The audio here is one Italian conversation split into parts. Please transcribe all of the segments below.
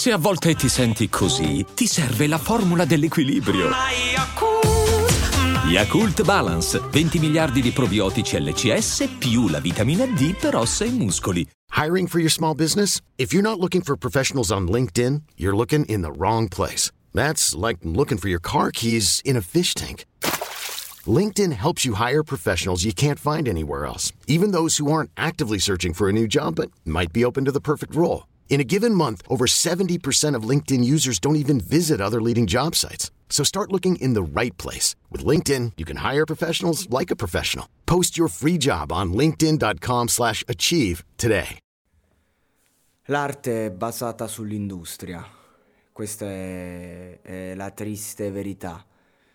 Se a volte ti senti così, ti serve la formula dell'equilibrio. Yakult Balance, 20 miliardi di probiotici LCS più la vitamina D per ossa e muscoli. Hiring for your small business? If you're not looking for professionals on LinkedIn, you're looking in the wrong place. That's like looking for your car keys in a fish tank. LinkedIn helps you hire professionals you can't find anywhere else, even those who aren't actively searching for a new job but might be open to the perfect role. In a given month, over 70% of LinkedIn users don't even visit other leading job sites. So start looking in the right place. With LinkedIn, you can hire professionals like a professional. Post your free job on linkedin.com/achieve today. L'arte è basata sull'industria. Questa è la triste verità,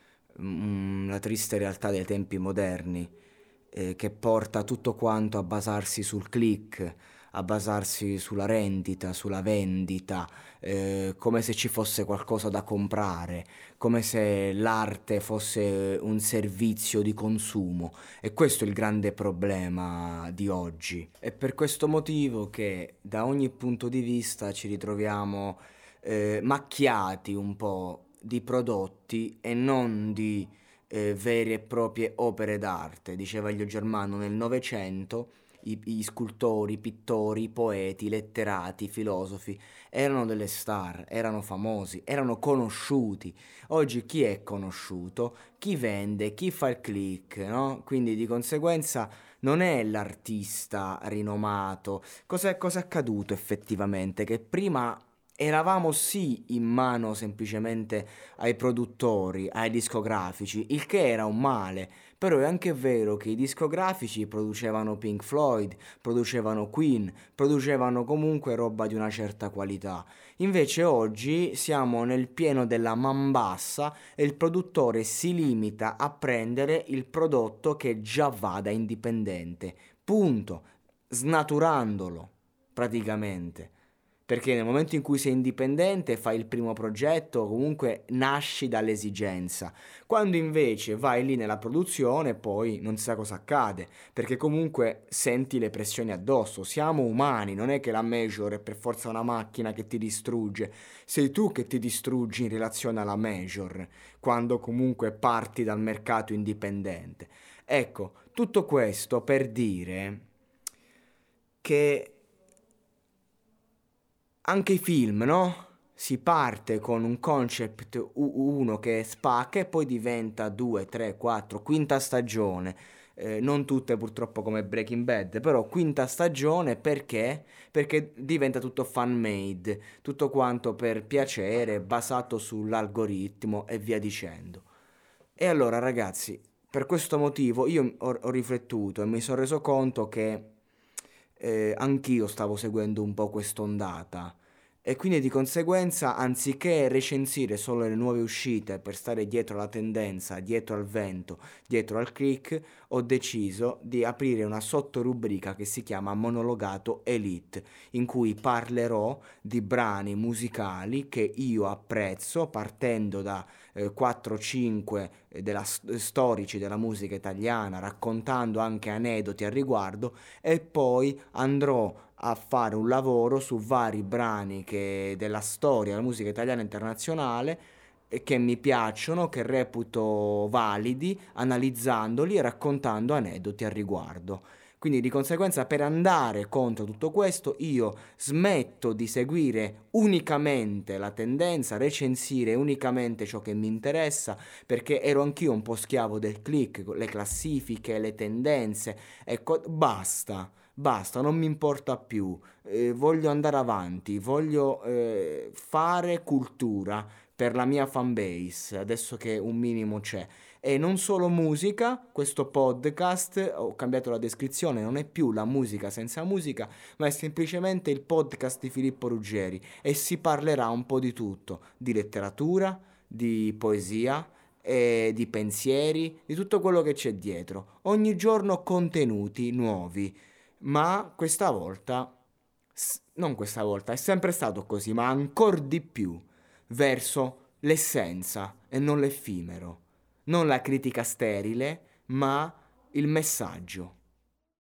la triste realtà dei tempi moderni, che porta tutto quanto a basarsi sul click, a basarsi sulla rendita, sulla vendita, come se ci fosse qualcosa da comprare, come se l'arte fosse un servizio di consumo. E questo è il grande problema di oggi. È per questo motivo che da ogni punto di vista ci ritroviamo macchiati un po' di prodotti e non di vere e proprie opere d'arte. Diceva Elio Germano, nel Novecento i scultori, i pittori, i poeti, i letterati, i filosofi erano delle star, erano famosi, erano conosciuti. Oggi chi è conosciuto? Chi vende, chi fa il click, no? Quindi di conseguenza non è l'artista rinomato. Cos'è accaduto effettivamente? Che prima eravamo sì in mano semplicemente ai produttori, ai discografici, il che era un male, però è anche vero che i discografici producevano Pink Floyd, producevano Queen, producevano comunque roba di una certa qualità. Invece oggi siamo nel pieno della man bassa e il produttore si limita a prendere il prodotto che già va da indipendente, punto, snaturandolo praticamente. Perché nel momento in cui sei indipendente, fai il primo progetto, comunque nasci dall'esigenza. Quando invece vai lì nella produzione, poi non si sa cosa accade, perché comunque senti le pressioni addosso. Siamo umani, non è che la major è per forza una macchina che ti distrugge. Sei tu che ti distruggi in relazione alla major, quando comunque parti dal mercato indipendente. Ecco, tutto questo per dire che anche i film, no? Si parte con un concept uno che spacca e poi diventa 2, 3, 4, quinta stagione. Non tutte purtroppo come Breaking Bad, però quinta stagione perché? Perché diventa tutto fan-made, tutto quanto per piacere, basato sull'algoritmo e via dicendo. E allora ragazzi, per questo motivo io ho riflettuto e mi sono reso conto che anch'io stavo seguendo un po' quest'ondata e quindi di conseguenza, anziché recensire solo le nuove uscite per stare dietro alla tendenza, dietro al vento, dietro al click, ho deciso di aprire una sottorubrica che si chiama Monologato Elite, in cui parlerò di brani musicali che io apprezzo, partendo da 4-5 storici della musica italiana, raccontando anche aneddoti al riguardo, e poi andrò a fare un lavoro su vari brani della storia della musica italiana internazionale che mi piacciono, che reputo validi, analizzandoli e raccontando aneddoti al riguardo. Quindi di conseguenza, per andare contro tutto questo, io smetto di seguire unicamente la tendenza, recensire unicamente ciò che mi interessa, perché ero anch'io un po' schiavo del click, le classifiche, le tendenze. Ecco, basta, non mi importa più. Voglio andare avanti, voglio fare cultura per la mia fanbase, adesso che un minimo c'è. E non solo musica, questo podcast, ho cambiato la descrizione, non è più la musica senza musica, ma è semplicemente il podcast di Filippo Ruggeri e si parlerà un po' di tutto, di letteratura, di poesia, di pensieri, di tutto quello che c'è dietro. Ogni giorno contenuti nuovi, ma questa volta, non questa volta, è sempre stato così, ma ancora di più, verso l'essenza e non l'effimero. Non la critica sterile, ma il messaggio.